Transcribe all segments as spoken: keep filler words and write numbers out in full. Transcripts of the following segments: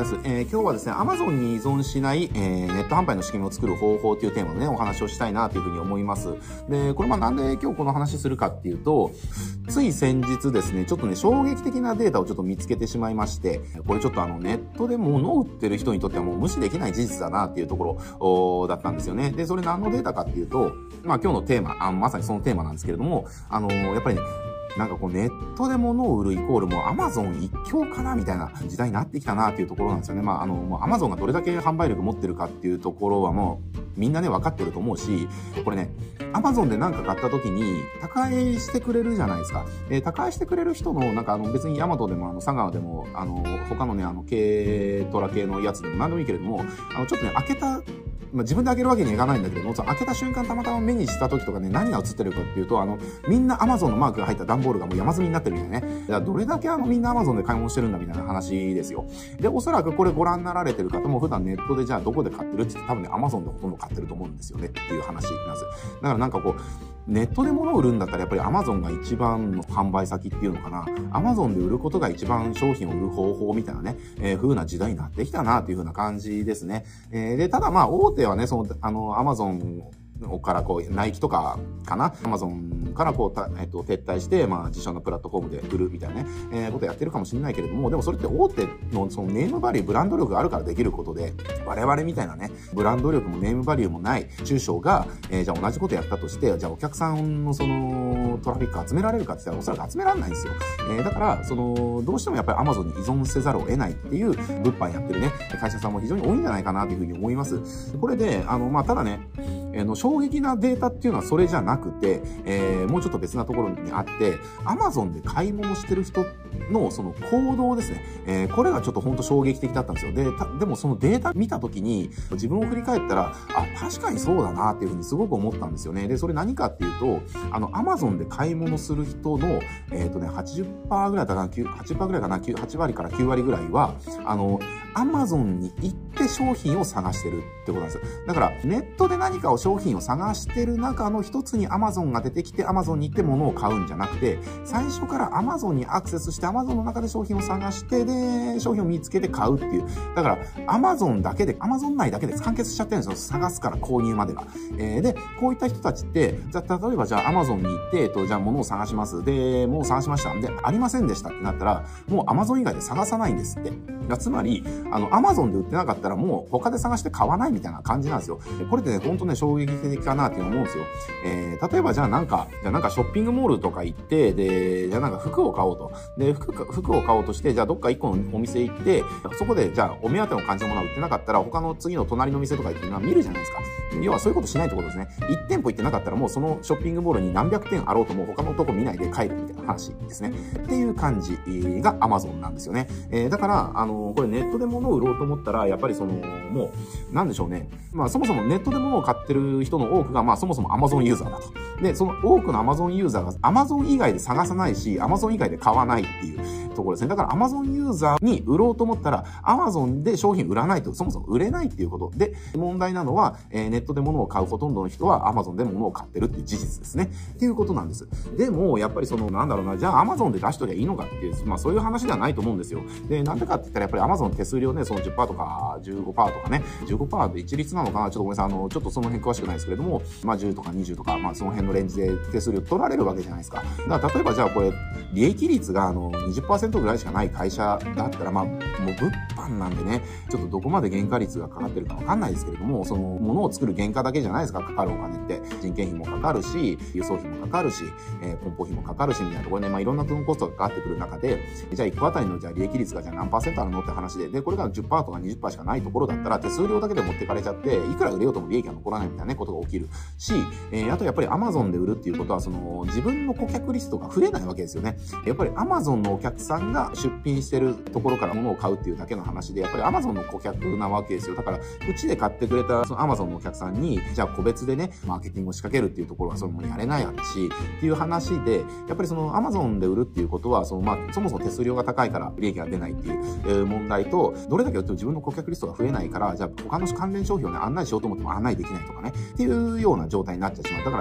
です。えー、今日はですね、Amazon に依存しない、えー、ネット販売の仕組みを作る方法というテーマでね、お話をしたいなというふうに思います。で、これまあなんで今日この話するかっていうと、つい先日ですね、ちょっとね、衝撃的なデータをちょっと見つけてしまいまして、これちょっとあの、ネットで物を売ってる人にとってはもう無視できない事実だなっていうところだったんですよね。で、それ何のデータかっていうと、まあ今日のテーマ、あまさにそのテーマなんですけれども、あのー、やっぱりね、なんかこうネットで物を売るイコールもう Amazon 一強かなみたいな時代になってきたなっていうところなんですよね。まああの、もう Amazon がどれだけ販売力持ってるかっていうところはもうみんなね分かってると思うし、これね、Amazon で何か買った時に高買いしてくれるじゃないですか。えー、高買いしてくれる人のなんかあの別にヤマトでもあの佐川でもあの他のねあの軽トラ系のやつでも何でもいいけれども、あのちょっとね開けたまあ、自分で開けるわけにはいかないんだけれども、その開けた瞬間たまたま目にした時とかね、何が映ってるかっていうと、あの、みんな Amazon のマークが入った段ボールがもう山積みになってるみたいなね。だからどれだけあのみんな Amazon で買い物してるんだみたいな話ですよ。で、おそらくこれご覧になられてる方も普段ネットでじゃあどこで買ってるって言って多分ね、Amazon でほとんど買ってると思うんですよねっていう話なんです。だからなんかこう、ネットで物を売るんだったらやっぱり Amazon が一番の販売先っていうのかな。Amazon で売ることが一番商品を売る方法みたいなね、えー、風な時代になってきたなっていう風な感じですね。えー、で、ただまあ大手はね、その、あの、Amazon からこう、ナイキとかかな Amazon からこう、たえっと、撤退して、まあ、自社のプラットフォームで売るみたいなね、えー、ことやってるかもしれないけれども、でもそれって大手のそのネームバリュー、ブランド力があるからできることで、我々みたいなね、ブランド力もネームバリューもない中小が、えー、じゃあ同じことやったとして、じゃあお客さんのそのトラフィック集められるかって言ったらおそらく集められないんですよ。えー、だから、その、どうしてもやっぱり Amazon に依存せざるを得ないっていう物販やってるね、会社さんも非常に多いんじゃないかなというふうに思います。これで、あの、まあ、ただね、えー、の衝撃なデータっていうのはそれじゃなくて、えー、もうちょっと別なところにあって、Amazon で買い物してる人のその行動ですね。えー、これがちょっと本当衝撃的だったんですよ。で、でもそのデータ見たときに自分を振り返ったら、あ、確かにそうだなっていうふうにすごく思ったんですよね。で、それ何かっていうと、あの、Amazon で買い物する人の、えっとね、はちじゅっパーセントぐらいだったかな、はちじゅっパーセントぐらいかな、はち割からきゅう割ぐらいは、あの、Amazon に行って商品を探してるってことなんですよ。だから、ネットで何かを商品を探してる中の一つに Amazon が出てきて Amazon に行って物を買うんじゃなくて、最初から Amazon にアクセスして Amazon の中で商品を探して、で、商品を見つけて買うっていう。だから、Amazon だけで、Amazon 内だけで完結しちゃってるんですよ。探すから購入までが。えー、で、こういった人たちって、じゃあ、例えばじゃあ Amazon に行って、えっと、じゃあ物を探します。で、物を探しました。で、ありませんでしたってなったら、もう Amazon 以外で探さないんですって。つまり、あの、Amazon で売ってなかったらもう他で探して買わないみたいな感じなんですよ。これってね、ほんとね、衝撃的かなって思うんですよ。えー、例えばじゃあなんか、じゃあなんかショッピングモールとか行って、で、じゃあなんか服を買おうと。で、服、服を買おうとして、じゃあどっか一個のお店行って、そこでじゃあお目当ての感じのものは売ってなかったら、他の次の隣の店とか行って見るじゃないですか。要はそういうことしないってことですね。一店舗行ってなかったらもうそのショッピングモールに何百店あろうとも他のとこ見ないで帰るみたいな話ですね。っていう感じが Amazon なんですよね。えー、だから、あの、これネットで物を売ろうと思ったら、やっぱりその、もう、なんでしょうね。まあそもそもネットで物を買ってる人の多くが、まあそもそも Amazon ユーザーだと。で、その多くの Amazon ユーザーが Amazon 以外で探さないし、Amazon 以外で買わないっていうところですね。だから Amazon ユーザーに売ろうと思ったら、Amazon で商品売らないと、そもそも売れないっていうことで、問題なのは、えー、ネットで物を買うほとんどの人は Amazon で物を買ってるっていう事実ですね。っていうことなんです。でも、やっぱりその、なんだろうな、じゃあ Amazon で出しときゃいいのかっていう、まあそういう話ではないと思うんですよ。で、なんでかって言ったらやっぱり Amazon 手数料ね、その じゅっパーセント とか じゅうごパーセント とかね、じゅうごパーセント で一律なのかな、ちょっとごめんなさい、あの、ちょっとその辺詳しくないですけれども、まあじゅうとかにじゅうとか、まあその辺のレンジで手数料取られるわけじゃないですか。だから例えばじゃあこれ、利益率があの にじゅっパーセント ぐらいしかない会社だったら、まあ、もう物販なんでね、ちょっとどこまで原価率がかかってるかわかんないですけれども、その、物を作る原価だけじゃないですか、かかるお金って。人件費もかかるし、輸送費もかかるし、えー、梱包費もかかるし、みたいなところでね、まあいろんなコストがかかってくる中で、じゃあいっこあたりのじゃあ利益率がじゃあ何パーセントあるのって話で、で、これが じゅっパーセント とか にじゅっパーセント しかないところだったら、手数料だけで持ってかれちゃって、いくら売れようとも利益が残らないみたいなね、ことが起きるし、えー、あとやっぱり Amazon で売るっていうことは、その、自分の顧客リストが増えないわけですよね。やっぱり Amazon のお客さんが出品してるところから物を買うっていうだけの話で、やっぱり Amazon の顧客なわけですよ。だから、うちで買ってくれたその Amazon のお客さんに、じゃあ個別でね、マーケティングを仕掛けるっていうところはそれもやれないし、っていう話で、やっぱりその Amazon で売るっていうことは、そのまあ、そもそも手数料が高いから利益が出ないっていう問題と、どれだけ売っても自分の顧客リストが増えないから、じゃあ他の関連商品をね、案内しようと思っても案内できないとかね、っていうような状態になっちゃってしまう。だから、こう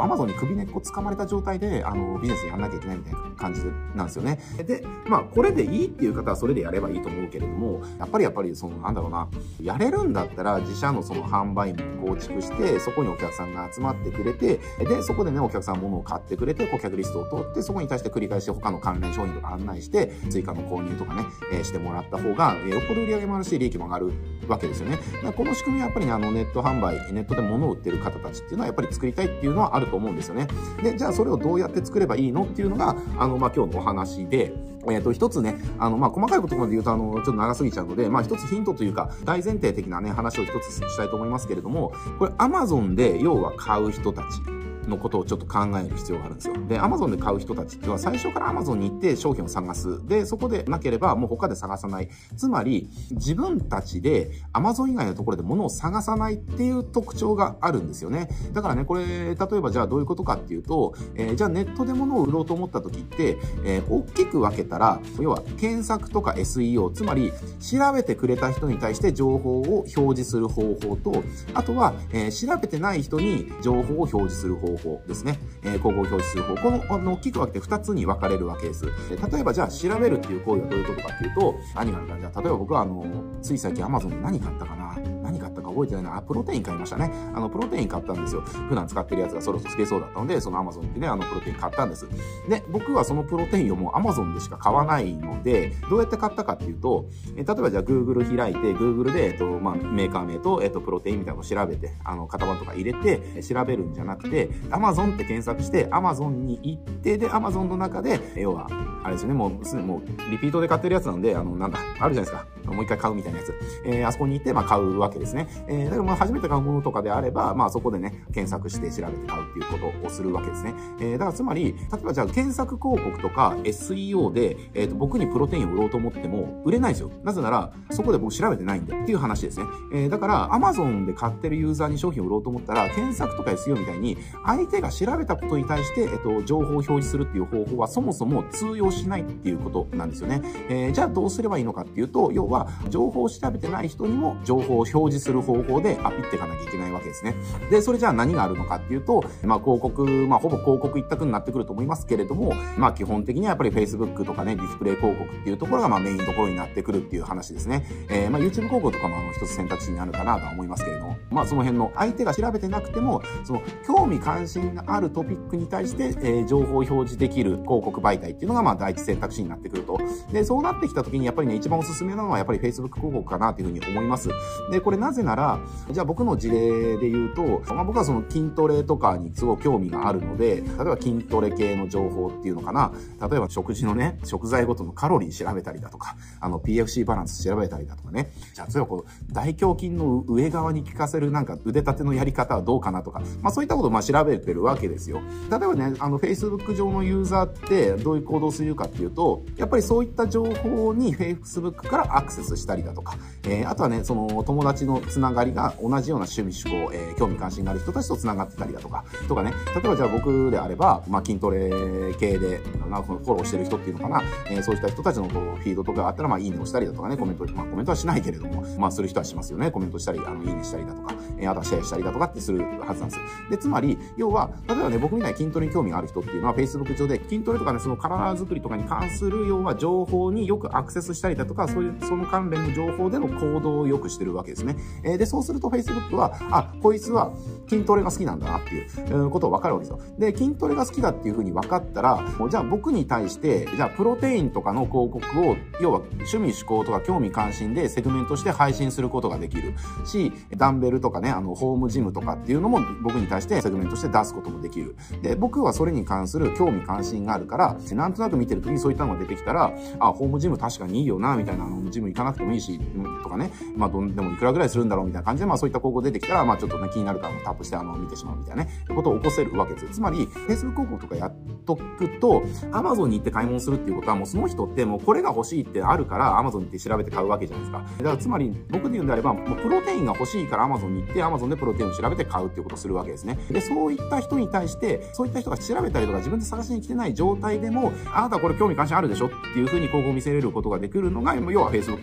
Amazon に首根っこ掴まれた状態で、あの、ビジネスやんなきゃいけないみたいな感じなんですよね。で、まあ、これでいいっていう方はそれでやればいいと思うけれども、やっぱりやっぱり、その、なんだろうな、やれるんだったら自社のその販売網構築して、そこにお客さんが集まってくれて、で、そこでね、お客さん物を買ってくれて、顧客リストを取って、そこに対して繰り返し他の関連商品とか案内して、追加の購入とかね、えー、してもらった方が、えー、よっぽど売り上げもあるし、利益も上がるわけですよね。だからこの仕組みはやっぱりね、あの、ネット販売、ネットで物を売ってる方たちっていうのはやっぱり作りたいっていうのはあると思うんですよね。で、じゃあそれをどうやって作ればいいのっていうのが、あの、まあ、今日のお話で、えっと、一つね、あの、まあ、細かいことまで言うと、あの、ちょっと長すぎちゃうので、まあ、一つヒントというか、大前提的なね、話を一つしたいと思いますけれども、これ、Amazon で、要は買う人たちのことをちょっと考える必要があるんですよ。で、Amazon で買う人たちっていうのは、最初から Amazon に行って商品を探す。で、そこでなければ、もう他で探さない。つまり、自分たちで Amazon 以外のところで物を探さないっていう特徴があるんですよね。だからね、これ、例えばじゃあどういうことかっていうと、えー、じゃあネットで物を売ろうと思った時って、えー、大きく分けたら、要は検索とか エスイーオー、つまり調べてくれた人に対して情報を表示する方法と、あとは、えー、調べてない人に情報を表示する方法ですね。えー、広告を表示する方法。この、あの、大きく分けてふたつに分かれるわけです。例えばじゃあ調べるっていう行為はどういうことかっていうと、何があるか、じゃあ例えば僕はあの、つい最近 Amazon で何買ったかな何買ったか覚えてないな。あ、プロテイン買いましたね。あの、プロテイン買ったんですよ。普段使ってるやつがそろそろつけそうだったので、その Amazon でね、あの、プロテイン買ったんです。で、僕はそのプロテインをもう Amazon でしか買わないので、どうやって買ったかっていうと、え例えばじゃあ Google 開いて、Google で、えっと、まあ、メーカー名と、えっと、プロテインみたいなのを調べて、あの、型番とか入れて、調べるんじゃなくて、Amazon って検索して、Amazon に行って、で、Amazon の中で、要は、あれですよね、もう、すもう、リピートで買ってるやつなんで、あの、なんだ、あるじゃないですか。もう一回買うみたいなやつ。えー、あそこに行って、まあ、買うわけですね。えー、だからまあ、初めて買うものとかであれば、まあ、そこでね、検索して調べて買うっていうことをするわけですね。えー、だからつまり、例えばじゃあ、検索広告とか エスイーオー で、えっと、僕にプロテインを売ろうと思っても、売れないですよ。なぜなら、そこで僕調べてないんでっていう話ですね。えー、だから、Amazon で買ってるユーザーに商品を売ろうと思ったら、検索とか エスイーオー みたいに、相手が調べたことに対して、えっと、情報を表示するっていう方法はそもそも通用しないっていうことなんですよね。えー、じゃあどうすればいいのかっていうと、要は、情報を調べてない人にも情報を表示する方法でアピっていかなきゃいけないわけですね。で、それじゃあ何があるのかっていうと、まあ広告、まあほぼ広告一択になってくると思いますけれども、まあ基本的にはやっぱり Facebook とかね、ディスプレイ広告っていうところがまあメインのところになってくるっていう話ですね。えー、まあ YouTube 広告とかもあの一つ選択肢になるかなとは思いますけれども、まあその辺の相手が調べてなくても、その興味関心があるトピックに対して、えー、情報を表示できる広告媒体っていうのがまあ第一選択肢になってくると。で、そうなってきた時にやっぱりね、一番おすすめなのはやっぱり Facebook 広告かなというふうに思います。で、これなぜなら、じゃあ僕の事例で言うと、まあ僕はその筋トレとかにすごく興味があるので、例えば筋トレ系の情報っていうのかな、例えば食事のね、食材ごとのカロリー調べたりだとか、あの ピーエフシー バランス調べたりだとかね、じゃあ例えばこう、大胸筋の上側に効かせるなんか腕立てのやり方はどうかなとか、まあそういったことをまあ調べてるわけですよ。例えばね、あの Facebook 上のユーザーってどういう行動をするかっていうと、やっぱりそういった情報に Facebook からアクセスしたりだとか、えー、あとはね、その友達のつながりが同じような趣味嗜好、えー、興味関心がある人たちとつながってたりだとか、とかね、例えばじゃあ僕であれば、まあ筋トレ系で、なんかフォローしてる人っていうのかな、えー、そういった人たちのこうフィードとかがあったら、まあいいねをしたりだとかね、コメント、まあコメントはしないけれども、まあする人はしますよね。コメントしたり、あの、いいねしたりだとか、えー、あとはシェアしたりだとかってするはずなんです。で、つまり、要は、例えばね、僕みたいに筋トレに興味がある人っていうのは、Facebook 上で筋トレとかね、その体作りとかに関する、要は情報によくアクセスしたりだとか、そういう、その関連の情報での行動をよくしてるわけですね。えー、で、そうすると Facebook は、あ、こいつは筋トレが好きなんだなっていう、えー、ことを分かるわけですよ。で、筋トレが好きだっていうふうに分かったら、もうじゃあ僕に対して、じゃあプロテインとかの広告を、要は趣味嗜好とか興味関心でセグメントして配信することができるし、ダンベルとかね、あの、ホームジムとかっていうのも僕に対してセグメントして出すこともできる。で、僕はそれに関する興味関心があるから、なんとなく見てる時にそういったのが出てきたら、あ、ホームジム確かにいいよな、みたいな、あの、ジム行かなくてもいいし、とかね、まあ、どんでもいくらぐらいするんだろうみたいな感じで、まあそういった広告出てきたら、まあちょっとね、気になるからもタップしてあの、見てしまうみたいなね、ことを起こせるわけですよ。つまり、Facebook 広告とかやっとくと、Amazon に行って買い物するっていうことは、もうその人ってもうこれが欲しいってあるから、Amazon に行って調べて買うわけじゃないですか。だからつまり、僕で言うんであれば、もうプロテインが欲しいから Amazon に行って、Amazon でプロテインを調べて買うっていうことをするわけですね。で、そういった人に対して、そういった人が調べたりとか自分で探しに来てない状態でも、あなたこれ興味関心あるでしょっていう風に広告を見せれることができるのが、要は Facebook 広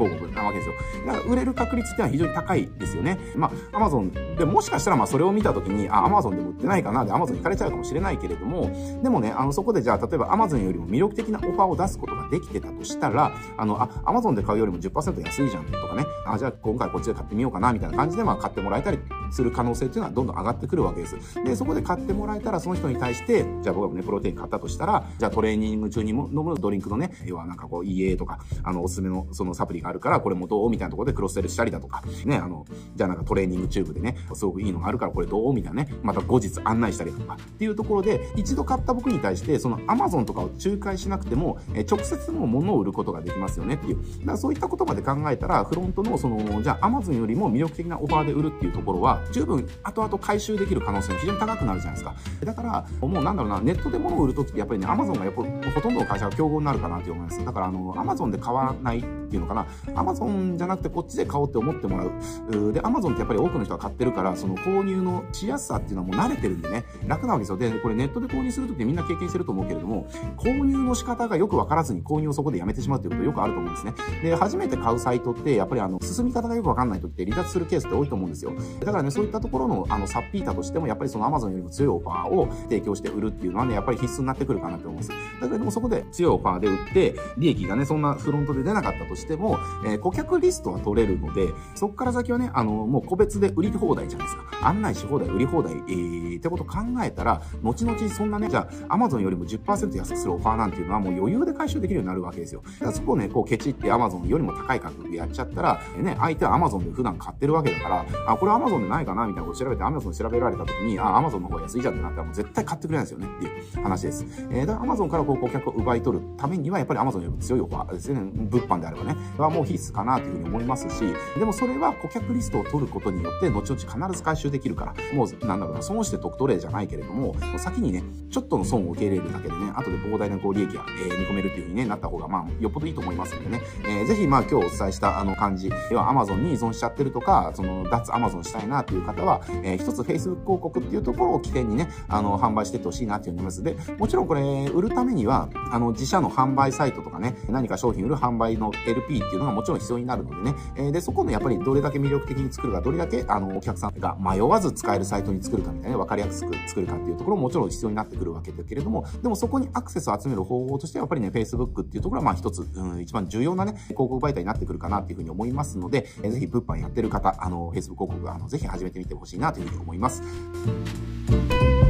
広告なわけですよ。だから売れる確率ってのは非常に高いですよね。まあ、Amazon でもしかしたらまあそれを見たときに、あ、Amazon でも売ってないかなで Amazon 行かれちゃうかもしれないけれども、でもね、あの、そこでじゃあ、例えば Amazon よりも魅力的なオファーを出すことができてたとしたら、あの、あ、Amazon で買うよりも じゅっパーセント 安いじゃんとかね、あ、じゃあ今回こっちで買ってみようかなみたいな感じでまあ買ってもらえたりする可能性っていうのはどんどん上がってくるわけです。で、そこで買ってもらえたらその人に対して、じゃあ僕がね、プロテイン買ったとしたら、じゃあトレーニング中にも飲むドリンクのね、要はなんかこう イーエー とか、あの、おすすめのそのサプリがあるから、これもどうみたいなところでクロスセルしたりだとか、ね、あの、じゃあなんかトレーニングチューブでね、すごくいいのがあるからこれどうみたいなね、また後日案内したりとかっていうところで、一度買った僕に対して、その Amazon とかを仲介しなくても、え直接も物を売ることができますよねっていう。だからそういったことまで考えたら、フロントのその、じゃあ Amazon よりも魅力的なオファーで売るっていうところは、十分後々回収できる可能性が非常に高くなるじゃないですか。だから、もうなんだろうな、ネットで物を売るときってやっぱりね、Amazon がやっぱほとんどの会社が競合になるかなと思います。だからあの、Amazon で買わないっていうのかな、Amazon じゃなくてこっちで買おうって思ってもらう。で、Amazon ってやっぱり多くの人が買ってるから、その購入のしやすさっていうのはもう慣れてるんでね、楽なわけですよ。で、これネットで購入するときみんな経験してると思うけれども、購入の仕方がよくわからずに購入をそこでやめてしまうっていうことよくあると思うんですね。で、初めて買うサイトって、やっぱりあの、進み方がよくわかんないときって離脱するケースって多いと思うんですよ。だからね、そういったところの、あの、サッピータとしても、やっぱりその Amazon よりも強いオファーを提供して売るっていうのはね、やっぱり必須になってくるかなと思います。だけどもそこで強いオファーで売って、利益がね、そんなフロントで出なかったとしても、えー、顧客リストは取れるので、そこから先はね、あの、もう個別で売り放題じゃないですか。案内し放題、売り放題、えー、ってことを考えたら、後々そんなね、じゃあ Amazon よりも じゅっパーセント 安くするオファーなんていうのはもう余裕で回収できるようになるわけですよ。だからそこをね、こうケチって Amazon よりも高い価格でやっちゃったら、ね、相手は Amazon で普段買ってるわけだから、あ、これ Amazon でないかなみたいなことを調べて Amazon で調べられた時に、あ、Amazon の方が安いじゃんってなったらもう絶対買ってくれないですよねっていう話です。えー、だから Amazon からこう顧客を奪い取るためにはやっぱり Amazon よりも強いオファーですね。物販であればね、はもう必須かなというふうに思いますし、でもそれは顧客リストを取ることによって後々必ず回収できるから、もうなんだろうな、損して得取れじゃないけれども、先にね、ちょっとの損を受け入れるだけでね、後で膨大なこう利益が、えー、見込めるっていう風に、ね、なった方が、まあ、よっぽどいいと思いますのでね、えー、ぜひ、まあ、今日お伝えしたあの感じ、要は Amazon に依存しちゃってるとか、その、脱 Amazon したいなっていう方は、えー、一つ Facebook 広告っていうところを起点にね、あの、販売していってほしいなっていうふうに思います。で、もちろんこれ、売るためには、あの、自社の販売サイトとかね、何か商品売る販売の エルピー っていうのがもちろん必要になるのでね、えー、で、そこのやっぱりどれだけ魅力的に作るか、どれだけ、あの、お客さんが迷わず使えるサイトに作るかみたいなね、わかりやすく作るかっていうところももちろん必要になってくるわけだけれども、でもそこにアクセスを集める方法としてはやっぱりね、Facebook っていうところはまあ一つ、うん、一番重要なね、広告媒体になってくるかなっていうふうに思いますので、えー、ぜひ物販やってる方、あの、Facebook 広告、あの、ぜひ始めてみてほしいなというふうに思います。